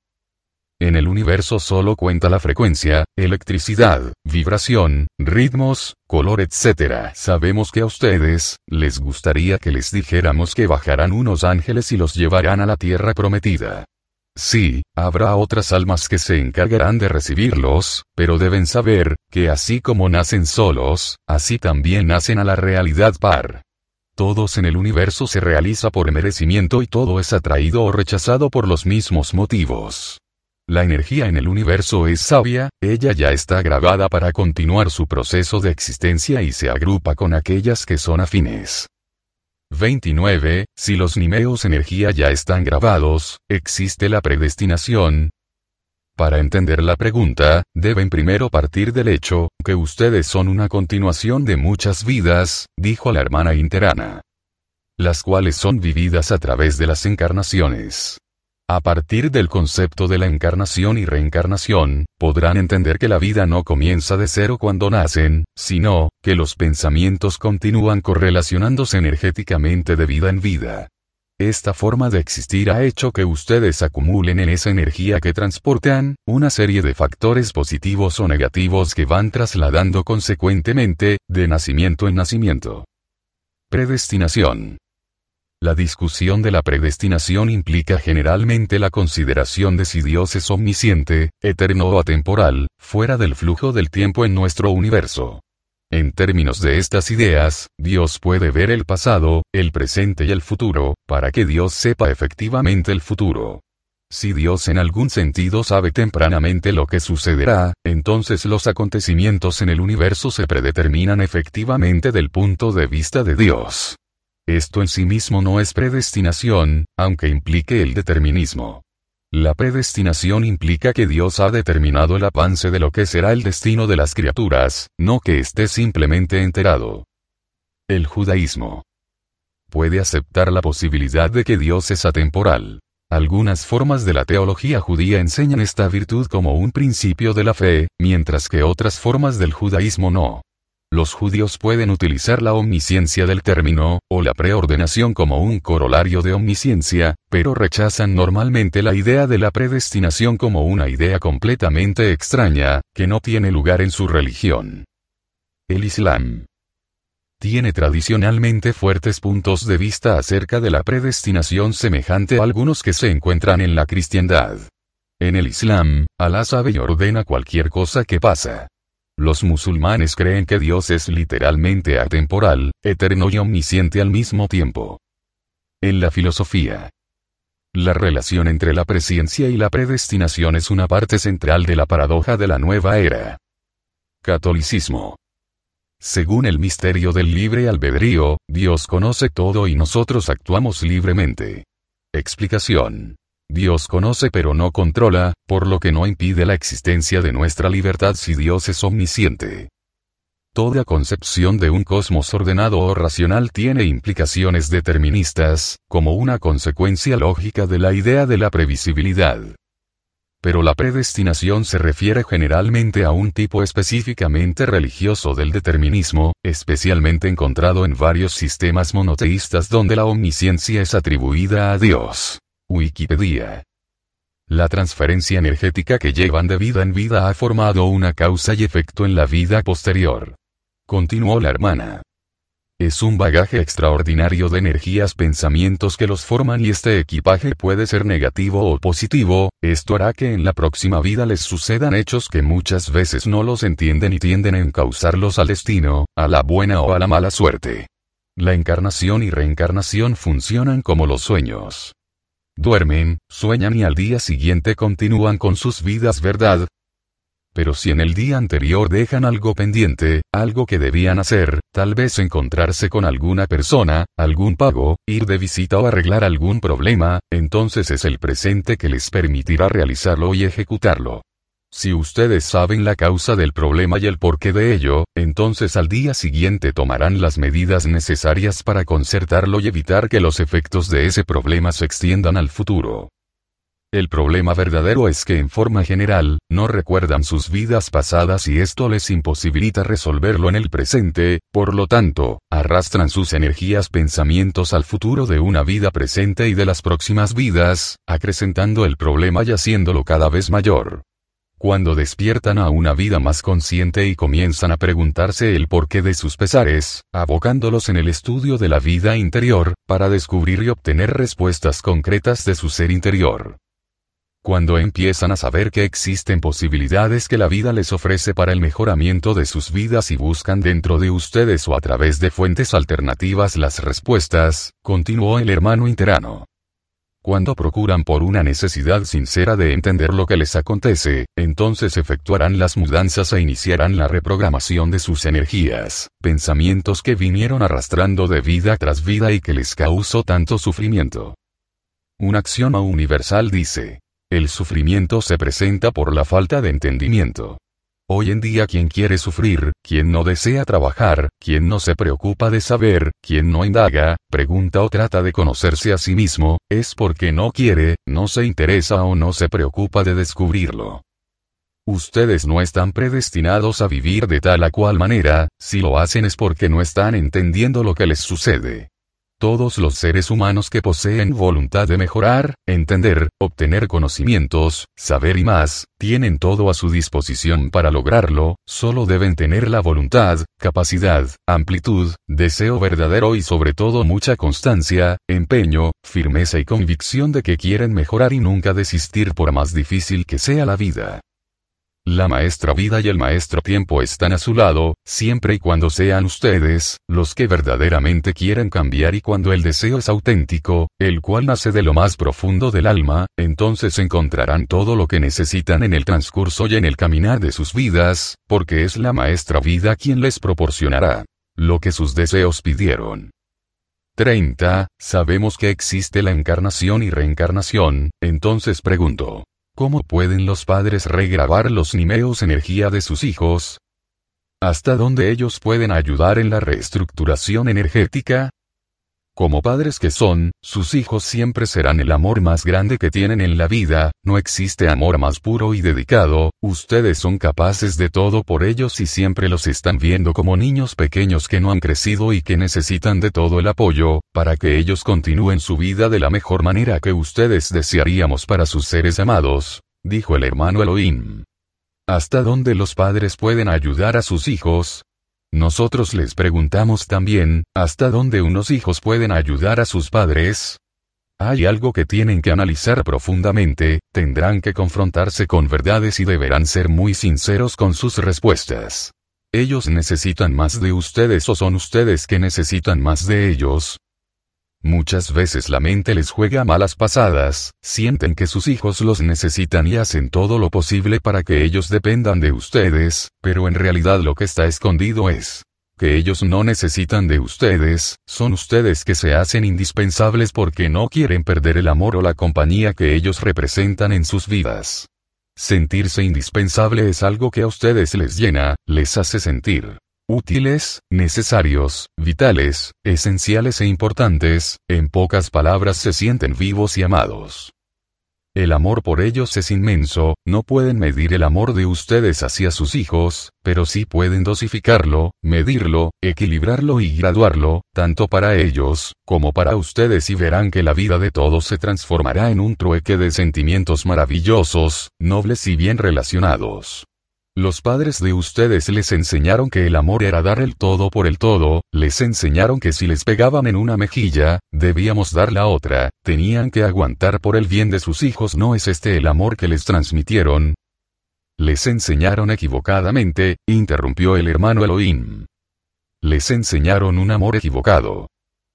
En el universo solo cuenta la frecuencia, electricidad, vibración, ritmos, color, etc. Sabemos que a ustedes les gustaría que les dijéramos que bajarán unos ángeles y los llevarán a la tierra prometida. Sí, habrá otras almas que se encargarán de recibirlos, pero deben saber, que así como nacen solos, así también nacen a la realidad par. Todos en el universo se realiza por merecimiento y todo es atraído o rechazado por los mismos motivos. La energía en el universo es sabia, ella ya está grabada para continuar su proceso de existencia y se agrupa con aquellas que son afines. 29. Si los nimeos energía ya están grabados, ¿existe la predestinación? Para entender la pregunta, deben primero partir del hecho, que ustedes son una continuación de muchas vidas, dijo la hermana interana. Las cuales son vividas a través de las encarnaciones. A partir del concepto de la encarnación y reencarnación, podrán entender que la vida no comienza de cero cuando nacen, sino, que los pensamientos continúan correlacionándose energéticamente de vida en vida. Esta forma de existir ha hecho que ustedes acumulen en esa energía que transportan, una serie de factores positivos o negativos que van trasladando consecuentemente, de nacimiento en nacimiento. Predestinación. La discusión de la predestinación implica generalmente la consideración de si Dios es omnisciente, eterno o atemporal, fuera del flujo del tiempo en nuestro universo. En términos de estas ideas, Dios puede ver el pasado, el presente y el futuro, para que Dios sepa efectivamente el futuro. Si Dios en algún sentido sabe tempranamente lo que sucederá, entonces los acontecimientos en el universo se predeterminan efectivamente del punto de vista de Dios. Esto en sí mismo no es predestinación, aunque implique el determinismo. La predestinación implica que Dios ha determinado el avance de lo que será el destino de las criaturas, no que esté simplemente enterado. El judaísmo. puede aceptar la posibilidad de que Dios es atemporal. Algunas formas de la teología judía enseñan esta virtud como un principio de la fe, mientras que otras formas del judaísmo no. Los judíos pueden utilizar la omnisciencia del término, o la preordenación como un corolario de omnisciencia, pero rechazan normalmente la idea de la predestinación como una idea completamente extraña, que no tiene lugar en su religión. El Islam tiene tradicionalmente fuertes puntos de vista acerca de la predestinación semejante a algunos que se encuentran en la cristiandad. En el Islam, Alá sabe y ordena cualquier cosa que pasa. Los musulmanes creen que Dios es literalmente atemporal, eterno y omnisciente al mismo tiempo. En la filosofía, la relación entre la presciencia y la predestinación es una parte central de la paradoja de la nueva era. Catolicismo. Según el misterio del libre albedrío, Dios conoce todo y nosotros actuamos libremente. Explicación. Dios conoce pero no controla, por lo que no impide la existencia de nuestra libertad si Dios es omnisciente. Toda concepción de un cosmos ordenado o racional tiene implicaciones deterministas, como una consecuencia lógica de la idea de la previsibilidad. Pero la predestinación se refiere generalmente a un tipo específicamente religioso del determinismo, especialmente encontrado en varios sistemas monoteístas donde la omnisciencia es atribuida a Dios. Wikipedia. La transferencia energética que llevan de vida en vida ha formado una causa y efecto en la vida posterior. Continuó la hermana. Es un bagaje extraordinario de energías, pensamientos que los forman y este equipaje puede ser negativo o positivo, esto hará que en la próxima vida les sucedan hechos que muchas veces no los entienden y tienden a encauzarlos al destino, a la buena o a la mala suerte. La encarnación y reencarnación funcionan como los sueños. Duermen, sueñan y al día siguiente continúan con sus vidas, ¿verdad? Pero si en el día anterior dejan algo pendiente, algo que debían hacer, tal vez encontrarse con alguna persona, algún pago, ir de visita o arreglar algún problema, entonces es el presente que les permitirá realizarlo y ejecutarlo. Si ustedes saben la causa del problema y el porqué de ello, entonces al día siguiente tomarán las medidas necesarias para concertarlo y evitar que los efectos de ese problema se extiendan al futuro. El problema verdadero es que en forma general, no recuerdan sus vidas pasadas y esto les imposibilita resolverlo en el presente, por lo tanto, arrastran sus energías, pensamientos al futuro de una vida presente y de las próximas vidas, acrecentando el problema y haciéndolo cada vez mayor. Cuando despiertan a una vida más consciente y comienzan a preguntarse el porqué de sus pesares, abocándolos en el estudio de la vida interior, para descubrir y obtener respuestas concretas de su ser interior. Cuando empiezan a saber que existen posibilidades que la vida les ofrece para el mejoramiento de sus vidas y buscan dentro de ustedes o a través de fuentes alternativas las respuestas, continuó el hermano interano. Cuando procuran por una necesidad sincera de entender lo que les acontece, entonces efectuarán las mudanzas e iniciarán la reprogramación de sus energías, pensamientos que vinieron arrastrando de vida tras vida y que les causó tanto sufrimiento. Un axioma universal dice: el sufrimiento se presenta por la falta de entendimiento. Hoy en día, quien quiere sufrir, quien no desea trabajar, quien no se preocupa de saber, quien no indaga, pregunta o trata de conocerse a sí mismo, es porque no quiere, no se interesa o no se preocupa de descubrirlo. Ustedes no están predestinados a vivir de tal o cual manera, si lo hacen es porque no están entendiendo lo que les sucede. Todos los seres humanos que poseen voluntad de mejorar, entender, obtener conocimientos, saber y más, tienen todo a su disposición para lograrlo, solo deben tener la voluntad, capacidad, amplitud, deseo verdadero y sobre todo mucha constancia, empeño, firmeza y convicción de que quieren mejorar y nunca desistir por más difícil que sea la vida. La maestra vida y el maestro tiempo están a su lado, siempre y cuando sean ustedes, los que verdaderamente quieren cambiar y cuando el deseo es auténtico, el cual nace de lo más profundo del alma, entonces encontrarán todo lo que necesitan en el transcurso y en el caminar de sus vidas, porque es la maestra vida quien les proporcionará lo que sus deseos pidieron. 30. Sabemos que existe la encarnación y reencarnación, entonces pregunto: ¿cómo pueden los padres regrabar los nimeos energía de sus hijos? ¿Hasta dónde ellos pueden ayudar en la reestructuración energética? Como padres que son, sus hijos siempre serán el amor más grande que tienen en la vida, no existe amor más puro y dedicado, ustedes son capaces de todo por ellos y siempre los están viendo como niños pequeños que no han crecido y que necesitan de todo el apoyo, para que ellos continúen su vida de la mejor manera que ustedes desearíamos para sus seres amados, dijo el hermano Elohim. ¿Hasta dónde los padres pueden ayudar a sus hijos? Nosotros les preguntamos también, ¿hasta dónde unos hijos pueden ayudar a sus padres? Hay algo que tienen que analizar profundamente, tendrán que confrontarse con verdades y deberán ser muy sinceros con sus respuestas. ¿Ellos necesitan más de ustedes o son ustedes que necesitan más de ellos? Muchas veces la mente les juega malas pasadas, sienten que sus hijos los necesitan y hacen todo lo posible para que ellos dependan de ustedes, pero en realidad lo que está escondido es que ellos no necesitan de ustedes, son ustedes que se hacen indispensables porque no quieren perder el amor o la compañía que ellos representan en sus vidas. Sentirse indispensable es algo que a ustedes les llena, les hace sentir útiles, necesarios, vitales, esenciales e importantes, en pocas palabras se sienten vivos y amados. El amor por ellos es inmenso, no pueden medir el amor de ustedes hacia sus hijos, pero sí pueden dosificarlo, medirlo, equilibrarlo y graduarlo, tanto para ellos, como para ustedes y verán que la vida de todos se transformará en un trueque de sentimientos maravillosos, nobles y bien relacionados. Los padres de ustedes les enseñaron que el amor era dar el todo por el todo, les enseñaron que si les pegaban en una mejilla, debíamos dar la otra, tenían que aguantar por el bien de sus hijos. ¿No es este el amor que les transmitieron? Les enseñaron equivocadamente, interrumpió el hermano Elohim. Les enseñaron un amor equivocado.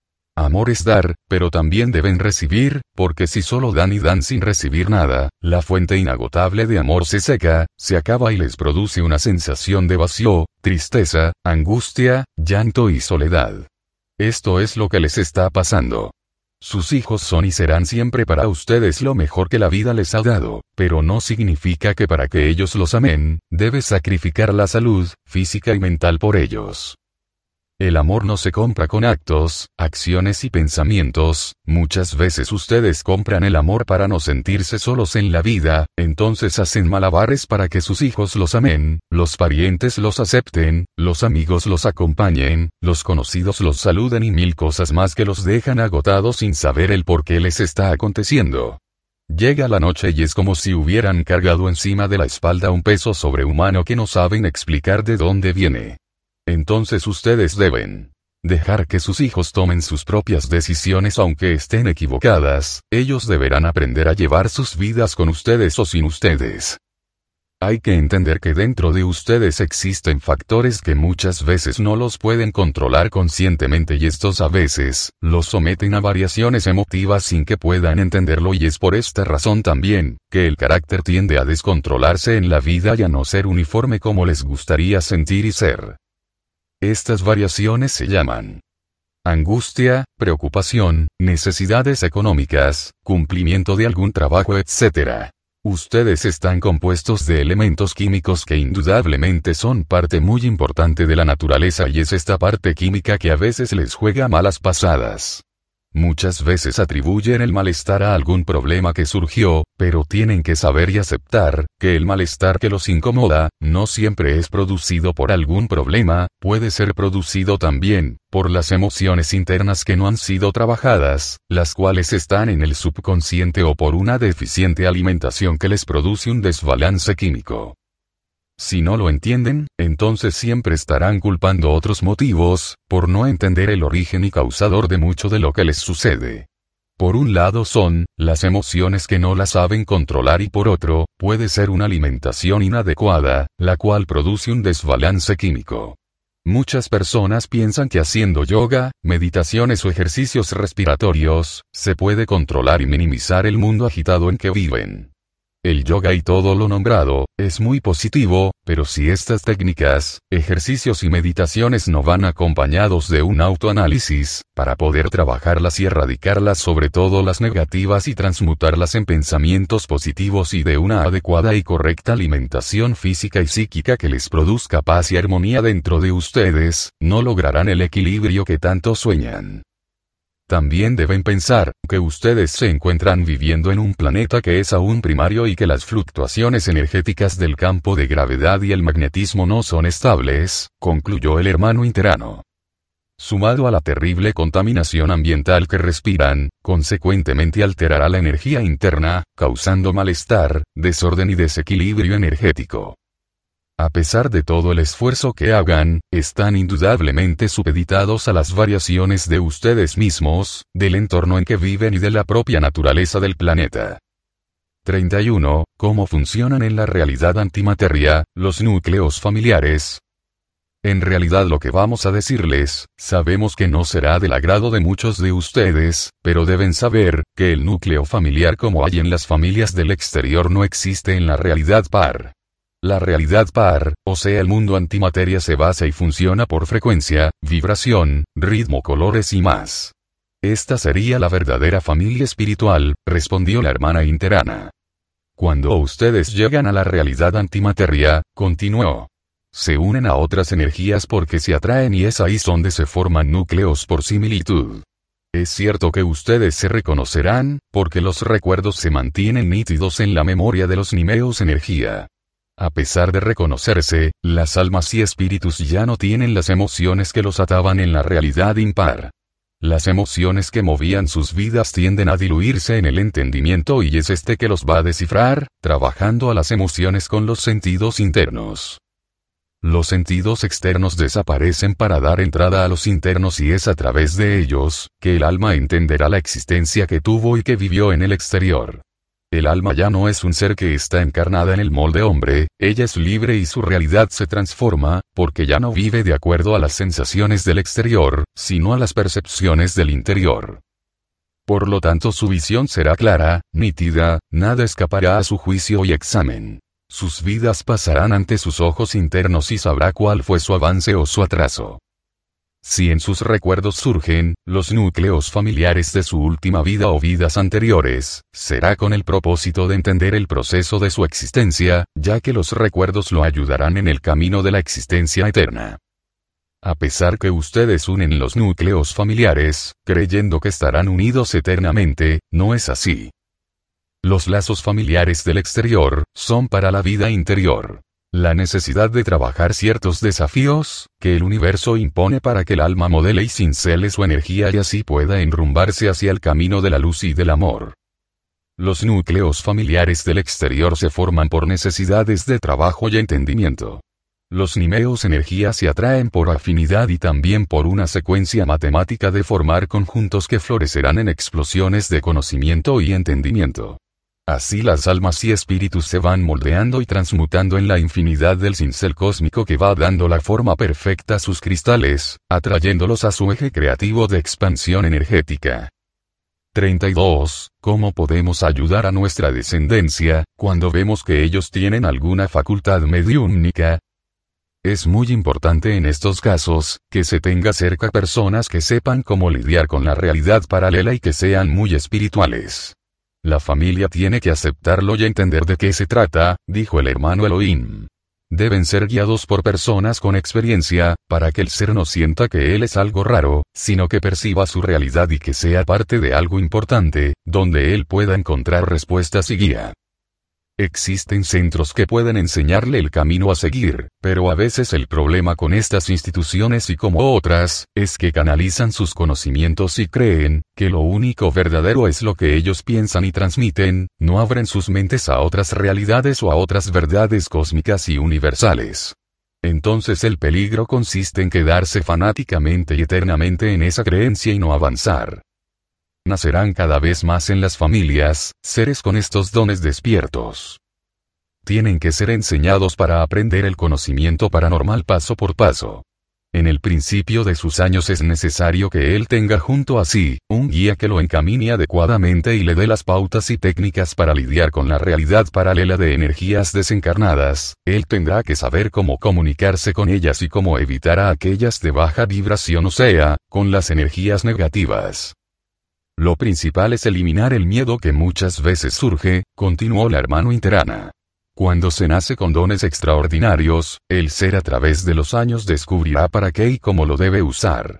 Amor es dar, pero también deben recibir, porque si solo dan y dan sin recibir nada, la fuente inagotable de amor se seca, se acaba y les produce una sensación de vacío, tristeza, angustia, llanto y soledad. Esto es lo que les está pasando. Sus hijos son y serán siempre para ustedes lo mejor que la vida les ha dado, pero no significa que para que ellos los amen, debes sacrificar la salud, física y mental por ellos. El amor no se compra con actos, acciones y pensamientos, muchas veces ustedes compran el amor para no sentirse solos en la vida, entonces hacen malabares para que sus hijos los amen, los parientes los acepten, los amigos los acompañen, los conocidos los saluden y mil cosas más que los dejan agotados sin saber el por qué les está aconteciendo. Llega la noche y es como si hubieran cargado encima de la espalda un peso sobrehumano que no saben explicar de dónde viene. Entonces ustedes deben dejar que sus hijos tomen sus propias decisiones aunque estén equivocadas, ellos deberán aprender a llevar sus vidas con ustedes o sin ustedes. Hay que entender que dentro de ustedes existen factores que muchas veces no los pueden controlar conscientemente y estos a veces los someten a variaciones emotivas sin que puedan entenderlo y es por esta razón también que el carácter tiende a descontrolarse en la vida y a no ser uniforme como les gustaría sentir y ser. Estas variaciones se llaman angustia, preocupación, necesidades económicas, cumplimiento de algún trabajo, etc. Ustedes están compuestos de elementos químicos que indudablemente son parte muy importante de la naturaleza y es esta parte química que a veces les juega malas pasadas. Muchas veces atribuyen el malestar a algún problema que surgió, pero tienen que saber y aceptar que el malestar que los incomoda, no siempre es producido por algún problema, puede ser producido también por las emociones internas que no han sido trabajadas, las cuales están en el subconsciente o por una deficiente alimentación que les produce un desbalance químico. Si no lo entienden, entonces siempre estarán culpando otros motivos, por no entender el origen y causador de mucho de lo que les sucede. Por un lado son las emociones que no las saben controlar y por otro, puede ser una alimentación inadecuada, la cual produce un desbalance químico. Muchas personas piensan que haciendo yoga, meditaciones o ejercicios respiratorios, se puede controlar y minimizar el mundo agitado en que viven. El yoga y todo lo nombrado, es muy positivo, pero si estas técnicas, ejercicios y meditaciones no van acompañados de un autoanálisis, para poder trabajarlas y erradicarlas sobre todo las negativas y transmutarlas en pensamientos positivos y de una adecuada y correcta alimentación física y psíquica que les produzca paz y armonía dentro de ustedes, no lograrán el equilibrio que tanto sueñan. También deben pensar que ustedes se encuentran viviendo en un planeta que es aún primario y que las fluctuaciones energéticas del campo de gravedad y el magnetismo no son estables, concluyó el hermano interano. Sumado a la terrible contaminación ambiental que respiran, consecuentemente alterará la energía interna, causando malestar, desorden y desequilibrio energético. A pesar de todo el esfuerzo que hagan, están indudablemente supeditados a las variaciones de ustedes mismos, del entorno en que viven y de la propia naturaleza del planeta. 31. ¿Cómo funcionan en la realidad antimateria, los núcleos familiares? En realidad lo que vamos a decirles, sabemos que no será del agrado de muchos de ustedes, pero deben saber, que el núcleo familiar como hay en las familias del exterior no existe en la realidad par. La realidad par, o sea el mundo antimateria se basa y funciona por frecuencia, vibración, ritmo, colores y más. Esta sería la verdadera familia espiritual, respondió la hermana interana. Cuando ustedes llegan a la realidad antimateria, continuó, se unen a otras energías porque se atraen y es ahí donde se forman núcleos por similitud. Es cierto que ustedes se reconocerán, porque los recuerdos se mantienen nítidos en la memoria de los nimeos energía. A pesar de reconocerse, las almas y espíritus ya no tienen las emociones que los ataban en la realidad impar. Las emociones que movían sus vidas tienden a diluirse en el entendimiento y es este que los va a descifrar, trabajando a las emociones con los sentidos internos. Los sentidos externos desaparecen para dar entrada a los internos y es a través de ellos, que el alma entenderá la existencia que tuvo y que vivió en el exterior. El alma ya no es un ser que está encarnada en el molde hombre, ella es libre y su realidad se transforma, porque ya no vive de acuerdo a las sensaciones del exterior, sino a las percepciones del interior. Por lo tanto su visión será clara, nítida, nada escapará a su juicio y examen. Sus vidas pasarán ante sus ojos internos y sabrá cuál fue su avance o su atraso. Si en sus recuerdos surgen, los núcleos familiares de su última vida o vidas anteriores, será con el propósito de entender el proceso de su existencia, ya que los recuerdos lo ayudarán en el camino de la existencia eterna. A pesar que ustedes unen los núcleos familiares, creyendo que estarán unidos eternamente, no es así. Los lazos familiares del exterior, son para la vida interior. La necesidad de trabajar ciertos desafíos, que el universo impone para que el alma modele y cincele su energía y así pueda enrumbarse hacia el camino de la luz y del amor. Los núcleos familiares del exterior se forman por necesidades de trabajo y entendimiento. Los nimeos energía se atraen por afinidad y también por una secuencia matemática de formar conjuntos que florecerán en explosiones de conocimiento y entendimiento. Así las almas y espíritus se van moldeando y transmutando en la infinidad del cincel cósmico que va dando la forma perfecta a sus cristales, atrayéndolos a su eje creativo de expansión energética. 32. ¿Cómo podemos ayudar a nuestra descendencia, cuando vemos que ellos tienen alguna facultad mediúmnica? Es muy importante en estos casos, que se tenga cerca personas que sepan cómo lidiar con la realidad paralela y que sean muy espirituales. La familia tiene que aceptarlo y entender de qué se trata, dijo el hermano Elohim. Deben ser guiados por personas con experiencia, para que el ser no sienta que él es algo raro, sino que perciba su realidad y que sea parte de algo importante, donde él pueda encontrar respuestas y guía. Existen centros que pueden enseñarle el camino a seguir, pero a veces el problema con estas instituciones y como otras, es que canalizan sus conocimientos y creen, que lo único verdadero es lo que ellos piensan y transmiten, no abren sus mentes a otras realidades o a otras verdades cósmicas y universales. Entonces el peligro consiste en quedarse fanáticamente y eternamente en esa creencia y no avanzar. Nacerán cada vez más en las familias, seres con estos dones despiertos. Tienen que ser enseñados para aprender el conocimiento paranormal paso por paso. En el principio de sus años es necesario que él tenga junto a sí, un guía que lo encamine adecuadamente y le dé las pautas y técnicas para lidiar con la realidad paralela de energías desencarnadas. Él tendrá que saber cómo comunicarse con ellas y cómo evitar a aquellas de baja vibración, o sea, con las energías negativas. Lo principal es eliminar el miedo que muchas veces surge, continuó la hermano interana. Cuando se nace con dones extraordinarios, el ser a través de los años descubrirá para qué y cómo lo debe usar.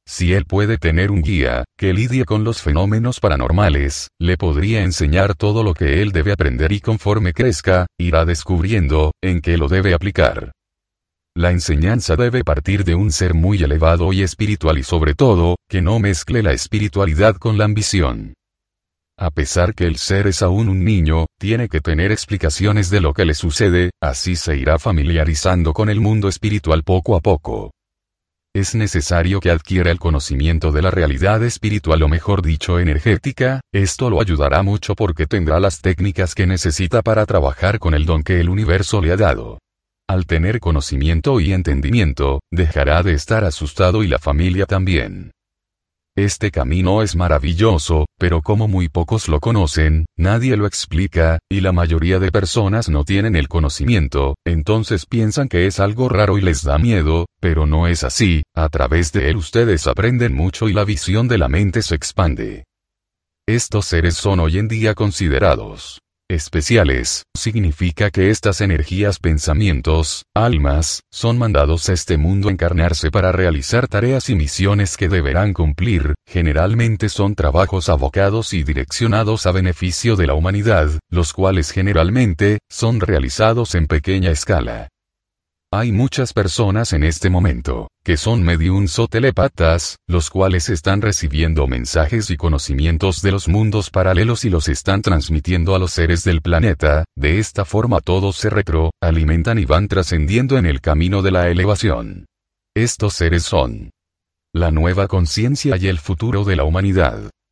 Si él puede tener un guía, que lidie con los fenómenos paranormales, le podría enseñar todo lo que él debe aprender y conforme crezca, irá descubriendo, en qué lo debe aplicar. La enseñanza debe partir de un ser muy elevado y espiritual y sobre todo, que no mezcle la espiritualidad con la ambición. A pesar que el ser es aún un niño, tiene que tener explicaciones de lo que le sucede, así se irá familiarizando con el mundo espiritual poco a poco. Es necesario que adquiera el conocimiento de la realidad espiritual o mejor dicho energética, esto lo ayudará mucho porque tendrá las técnicas que necesita para trabajar con el don que el universo le ha dado. Al tener conocimiento y entendimiento, dejará de estar asustado y la familia también. Este camino es maravilloso, pero como muy pocos lo conocen, nadie lo explica, y la mayoría de personas no tienen el conocimiento, entonces piensan que es algo raro y les da miedo, pero no es así, a través de él ustedes aprenden mucho y la visión de la mente se expande. Estos seres son hoy en día considerados especiales, significa que estas energías, pensamientos, almas, son mandados a este mundo a encarnarse para realizar tareas y misiones que deberán cumplir, generalmente son trabajos abocados y direccionados a beneficio de la humanidad, los cuales generalmente, son realizados en pequeña escala. Hay muchas personas en este momento, que son mediums o telepatas, los cuales están recibiendo mensajes y conocimientos de los mundos paralelos y los están transmitiendo a los seres del planeta, de esta forma todos se alimentan y van trascendiendo en el camino de la elevación. Estos seres son la nueva conciencia y el futuro de la humanidad.